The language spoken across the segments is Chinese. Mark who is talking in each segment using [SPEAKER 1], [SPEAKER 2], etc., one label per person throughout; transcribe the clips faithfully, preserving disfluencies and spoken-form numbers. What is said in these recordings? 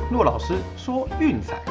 [SPEAKER 1] 骆老师说运彩，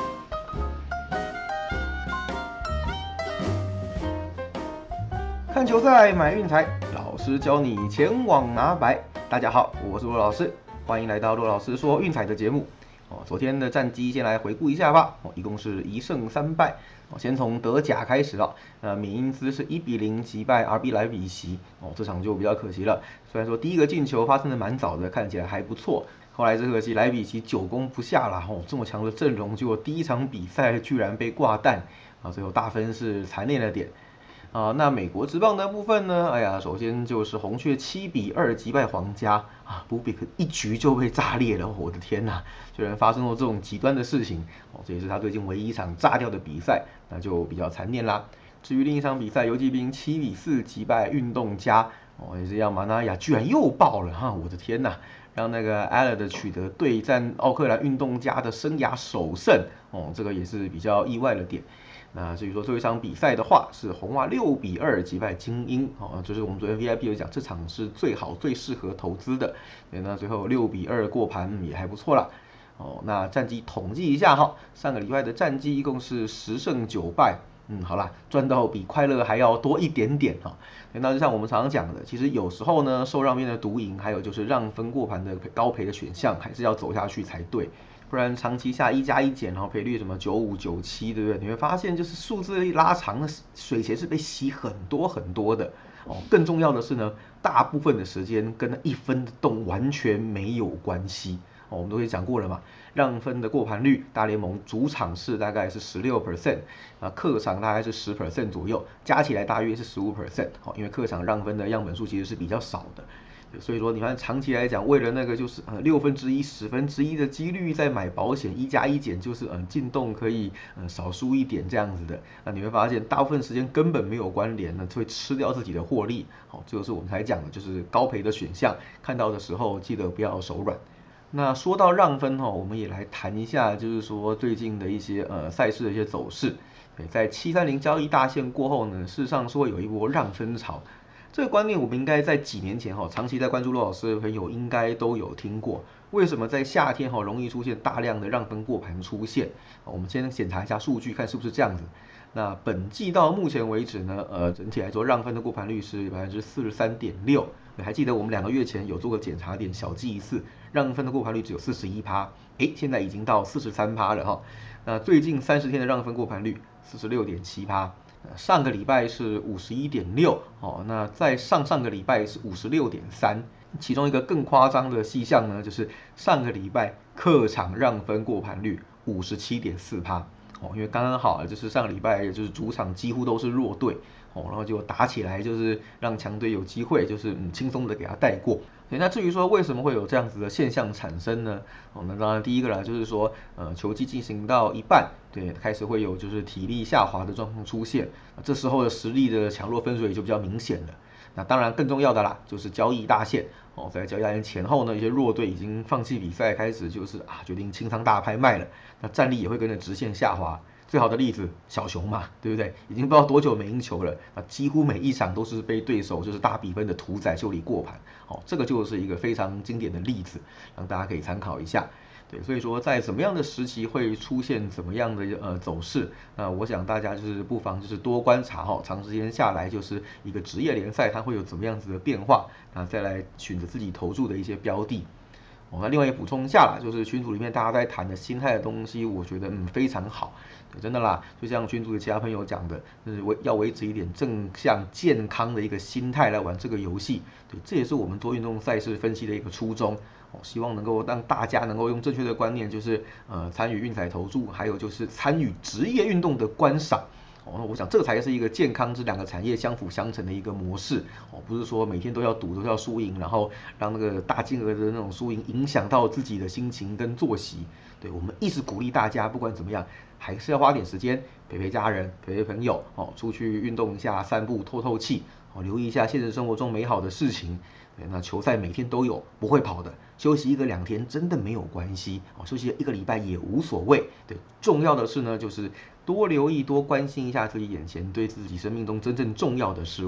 [SPEAKER 1] 看球赛买运彩，老师教你前往拿白。大家好，我是骆老师，欢迎来到骆老师说运彩的节目。哦，昨天的战绩先来回顾一下吧。哦，一共是一胜三败。哦，先从德甲开始了。呃，缅因兹是一比零击败 R B 莱比锡。哦，这场就比较可惜了。虽然说第一个进球发生的蛮早的，看起来还不错。后来只可惜莱比锡久攻不下了。哦，这么强的阵容，结果第一场比赛居然被挂蛋。啊，最后大分是残念了点。啊，那美国职棒的部分呢？哎呀，首先就是红雀七比二击败皇家啊，布比克一局就被炸裂了，我的天哪！居然发生了这种极端的事情哦，这也是他最近唯一一场炸掉的比赛，那就比较残念啦。至于另一场比赛，游骑兵七比四击败运动家哦，也是一样，马纳亚居然又爆了哈，我的天哪！让那个 Allen 取得对战奥克兰运动家的生涯首胜哦，这个也是比较意外的点。那至于说最后一场比赛的话，是红袜六比二击败精英，哦，就是我们昨天 V I P 有讲，这场是最好最适合投资的，那最后六比二过盘也还不错啦。哦，那战绩统计一下哈，上个礼拜的战绩一共是十胜九败，嗯，好啦，赚到比快乐还要多一点点哈。那就像我们常常讲的，其实有时候呢，受让面的独赢，还有就是让分过盘的高赔的选项，还是要走下去才对。不然长期下一加一减，然后赔率什么九五九七，对不对？你会发现就是数字拉长的水钱是被洗很多很多的哦。更重要的是呢，大部分的时间跟那一分的动完全没有关系哦。我们都已经讲过了嘛，让分的过盘率，大联盟主场是大概是 百分之十六 啊，客场大概是 百分之十 左右，加起来大约是 百分之十五 哦。因为客场让分的样本数其实是比较少的。所以说，你看长期来讲，为了那个就是呃六分之一、十分之一的几率在买保险，一加一减就是嗯进洞可以嗯少输一点这样子的，那你会发现大部分时间根本没有关联，那会吃掉自己的获利。好，这就是我们才讲的，就是高赔的选项，看到的时候记得不要手软。那说到让分哈，我们也来谈一下，就是说最近的一些呃赛事的一些走势。对，在七三零交易大限过后呢，事实上是会有一波让分潮。这个观念我们应该在几年前哈，长期在关注骆老师的朋友应该都有听过。为什么在夏天哈容易出现大量的让分过盘出现？我们先检查一下数据，看是不是这样子。那本季到目前为止呢，呃，整体来说让分的过盘率是百分之四十三点六。还记得我们两个月前有做个检查点，小记一次，让分的过盘率只有四十一趴，哎，现在已经到四十三趴了哈。那最近三十天的让分过盘率四十六点七趴。上个礼拜是 五十一点六， 哦，那在上上个礼拜是 五十六点三， 其中一个更夸张的细项呢，就是上个礼拜客场让分过盘率 五十七点四趴，哦，因为刚刚好就是上个礼拜就是主场几乎都是弱队，哦，然后就打起来就是让强队有机会就是嗯轻松的给他带过。那至于说为什么会有这样子的现象产生呢？哦，那当然第一个啦，就是说呃球季进行到一半，对，开始会有就是体力下滑的状况出现，这时候的实力的强弱分水就比较明显了。那当然更重要的啦，就是交易大限哦，在交易大限前后呢，一些弱队已经放弃比赛，开始就是啊决定清仓大拍卖了，那战力也会跟着直线下滑。最好的例子，小熊嘛，对不对？已经不知道多久没赢球了，那几乎每一场都是被对手就是大比分的屠宰修理过盘，哦，这个就是一个非常经典的例子，让大家可以参考一下。对，所以说在怎么样的时期会出现怎么样的呃走势，那我想大家就是不妨就是多观察哈，长时间下来就是一个职业联赛它会有怎么样子的变化，那再来选择自己投注的一些标的。哦，那另外也补充一下啦，就是群组里面大家在谈的心态的东西，我觉得嗯非常好，对，真的啦，就像群组的其他朋友讲的，就是维要维持一点正向健康的一个心态来玩这个游戏，对，这也是我们做运动赛事分析的一个初衷，哦，希望能够让大家能够用正确的观念，就是呃参与运彩投注，还有就是参与职业运动的观赏。哦，我想这才是一个健康这两个产业相辅相成的一个模式哦，不是说每天都要赌都要输赢，然后让那个大金额的那种输赢影响到自己的心情跟作息。对，我们一直鼓励大家，不管怎么样，还是要花点时间陪陪家人、陪陪朋友哦，出去运动一下、散步、透透气哦，留意一下现实生活中美好的事情。对，那球赛每天都有，不会跑的，休息一个两天真的没有关系哦，休息一个礼拜也无所谓。对，重要的是呢，就是多留意、多关心一下自己眼前对自己生命中真正重要的事物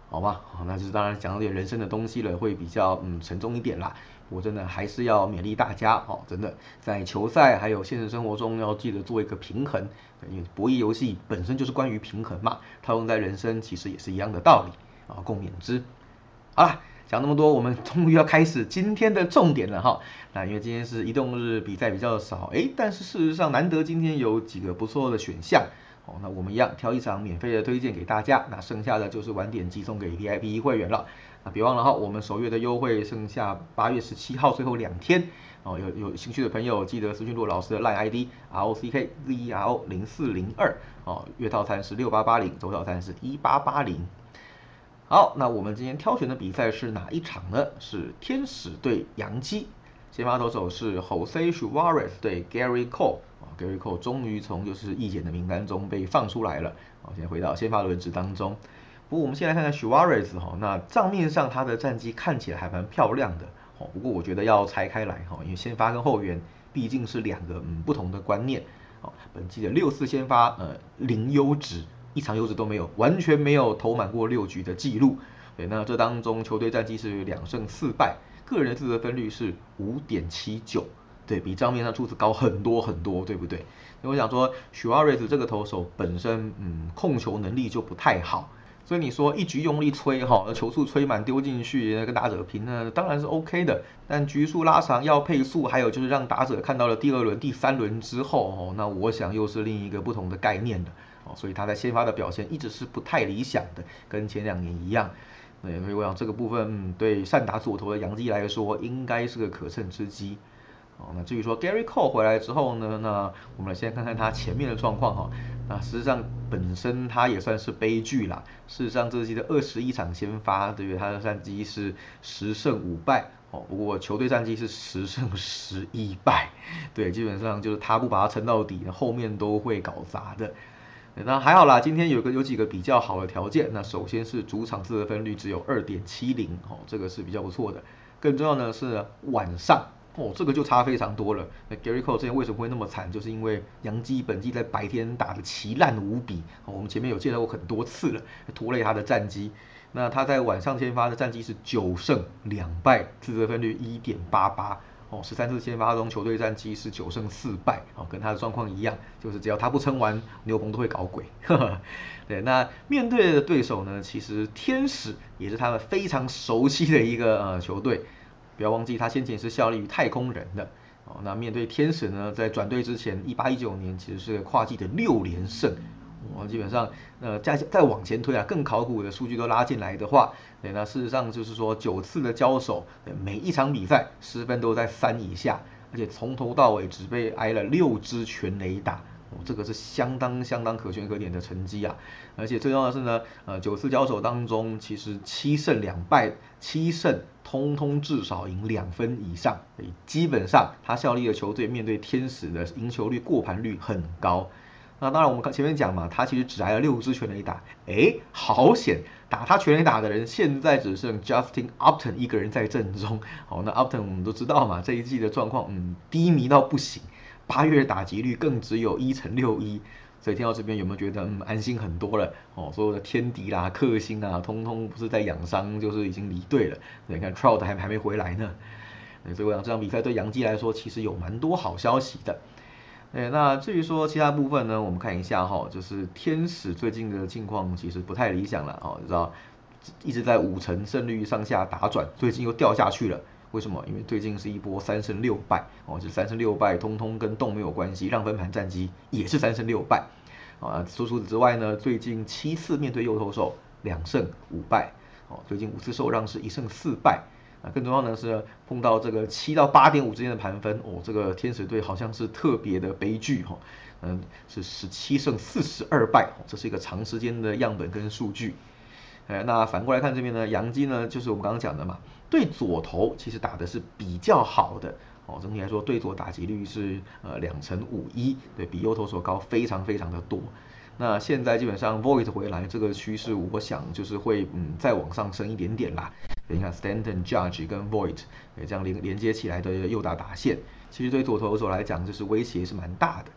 [SPEAKER 1] 好吧，好，那就是当然讲到点人生的东西了，会比较嗯沉重一点啦。我真的还是要勉励大家哦，真的在球赛还有现实生活中要记得做一个平衡，因为博弈游戏本身就是关于平衡嘛，套用在人生其实也是一样的道理啊，共勉之。好啦，讲那么多，我们终于要开始今天的重点了哈。那因为今天是移动日，比赛比较少，诶，但是事实上难得今天有几个不错的选项。哦，那我们一样挑一场免费的推荐给大家，那剩下的就是晚点寄送给 V I P 会员了。那别忘了哈，我们首月的优惠剩下八月十七号最后两天。哦，有有兴趣的朋友记得私讯骆老师的 Line I D R O C K Z E R O 零四零二哦，月套餐是六八八零，周套餐是一八八零。好，那我们今天挑选的比赛是哪一场呢？是天使对洋基，先发投手是 Jose Suarez 对 Gary Cole。Gary Cole 终于从就是易检的名单中被放出来了，好，现在回到先发轮值当中。不过我们先来看看 Suarez 哈，那账面上他的战绩看起来还蛮漂亮的，哦，不过我觉得要拆开来哈，因为先发跟后援毕竟是两个嗯不同的观念。哦，本季的六次先发呃零优质，一场优质都没有，完全没有投满过六局的记录。对，那这当中球队战绩是两胜四败，个人的自责分率是 五点七九。对，比账面上数字高很多很多，对不对？因为我想说 Suarez 这个投手本身，嗯，控球能力就不太好，所以你说一局用力吹哈，球速吹满丢进去，跟打者平呢，当然是 OK 的。但局数拉长要配速，还有就是让打者看到了第二轮、第三轮之后，哦，那我想又是另一个不同的概念了。哦，所以他在先发的表现一直是不太理想的，跟前两年一样。对，所以我想这个部分，嗯，对善打左投的洋基来说，应该是个可乘之机。哦，那至于说 Gary Cole 回来之后呢，那我们来先看看他前面的状况哈。那实际上本身他也算是悲剧啦。事实上这季的二十一场先发，对不对？他的战绩是十胜五败。哦，不过球队战绩是十胜十一败。对，基本上就是他不把它撑到底，后面都会搞砸的。那还好啦，今天有个有几个比较好的条件。那首先是主场自责分率只有 二点七零，哦，这个是比较不错的。更重要的是晚上。哦，这个就差非常多了。那 Gary Cole 之前为什么会那么惨？就是因为洋基本季在白天打得奇烂无比，哦，我们前面有介绍过很多次了，拖累他的战绩。那他在晚上先发的战绩是九胜两败，自责分率 一点八八。哦，十三次先发中球队战绩是九胜四败，哦，跟他的状况一样，就是只要他不撑完，牛棚都会搞鬼。对，那面对的对手呢，其实天使也是他们非常熟悉的一个呃球队。不要忘记，他先前是效力于太空人的哦。那面对天使呢，在转队之前，一八一九年其实是跨季的六连胜。哦，基本上，呃，再再往前推啊，更考古的数据都拉进来的话，对，那事实上就是说，九次的交手，每一场比赛失分都在三以下，而且从头到尾只被挨了六支全垒打。哦，这个是相当相当可圈可点的成绩啊！而且最重要的是呢，呃，九次交手当中，其实七胜两败，七胜通通至少赢两分以上，所以基本上他效力的球队面对天使的赢球率、过盘率很高。那当然，我们前面讲嘛，他其实只挨了六支全垒打，诶，好险！打他全垒打的人现在只剩 Justin Upton 一个人在阵中。好，那 Upton 我们都知道嘛，这一季的状况，嗯，低迷到不行。八月的打击率更只有一乘六一，所以听到这边有没有觉得嗯安心很多了？哦，所有的天敌啦、克星啊，通通不是在养伤，就是已经离队了。你看 Trout 还还没回来呢。所以我想这场比赛对洋基来说，其实有蛮多好消息的。对，那至于说其他部分呢，我们看一下哈，就是天使最近的境况其实不太理想了哦，知道一直在五成胜率上下打转，最近又掉下去了。为什么？因为最近是一波三胜六败哦，这三胜六败通通跟动没有关系，让分盘战绩也是三胜六败啊。除此之外呢，最近七次面对右投手两胜五败哦，最近五次受让是一胜四败。啊，更重要的是碰到这个七到八点五之间的盘分哦，这个天使队好像是特别的悲剧哈，嗯，是十七胜四十二败，这是一个长时间的样本跟数据。呃，那反过来看这边呢，洋基呢，就是我们刚刚讲的嘛，对左投其实打的是比较好的哦，整体来说对左打击率是呃两成五一，对比右投手高非常非常的多。那现在基本上 Voit 回来这个趋势，我想就是会嗯再往上升一点点啦。你看 Stanton、Judge 跟 Voit 这样连连接起来的右打打线，其实对左投手来讲就是威胁是蛮大的。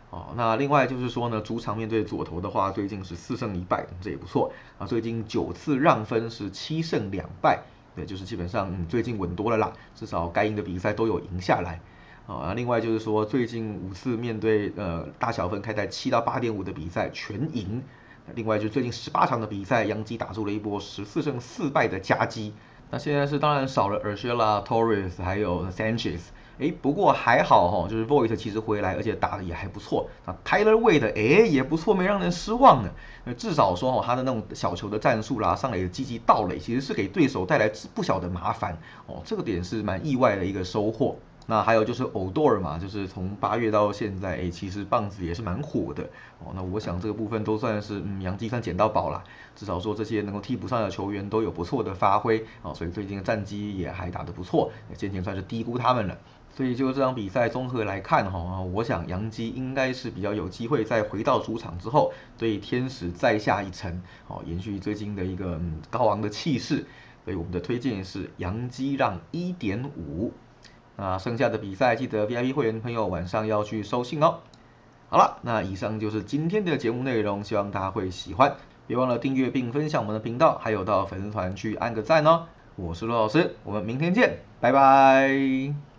[SPEAKER 1] 哦，那另外就是说呢，主场面对左投的话，最近是四胜一败，这也不错啊。最近九次让分是七胜两败，对，就是基本上嗯最近稳多了啦，至少该赢的比赛都有赢下来。啊，另外就是说，最近五次面对呃大小分开在七到八点五的比赛全赢。另外就最近十八场的比赛，洋基打出了一波十四胜四败的佳绩。那现在是当然少了 Urshela、Torres 还有 Sanchez， 哎，不过还好哈，就是 Voit 其实回来，而且打的也还不错。那 Tyler Wade 哎也不错，没让人失望呢。至少说哦，他的那种小球的战术啦，上垒的积极盗垒，其实是给对手带来不小的麻烦哦，这个点是蛮意外的一个收获。那还有就是欧多尔嘛，就是从八月到现在，哎，其实棒子也是蛮火的哦。那我想这个部分都算是嗯，洋基算捡到宝啦，至少说这些能够替补上的球员都有不错的发挥哦，所以最近的战绩也还打得不错，先前算是低估他们了。所以就这场比赛综合来看哈，我想洋基应该是比较有机会在回到主场之后对天使再下一城哦，延续最近的一个嗯高昂的气势。所以我们的推荐是洋基让 一点五。那剩下的比赛记得 V I P 会员朋友晚上要去收信哦。好了，那以上就是今天的节目内容，希望大家会喜欢。别忘了订阅并分享我们的频道，还有到粉丝团去按个赞哦。我是罗老师，我们明天见，拜拜。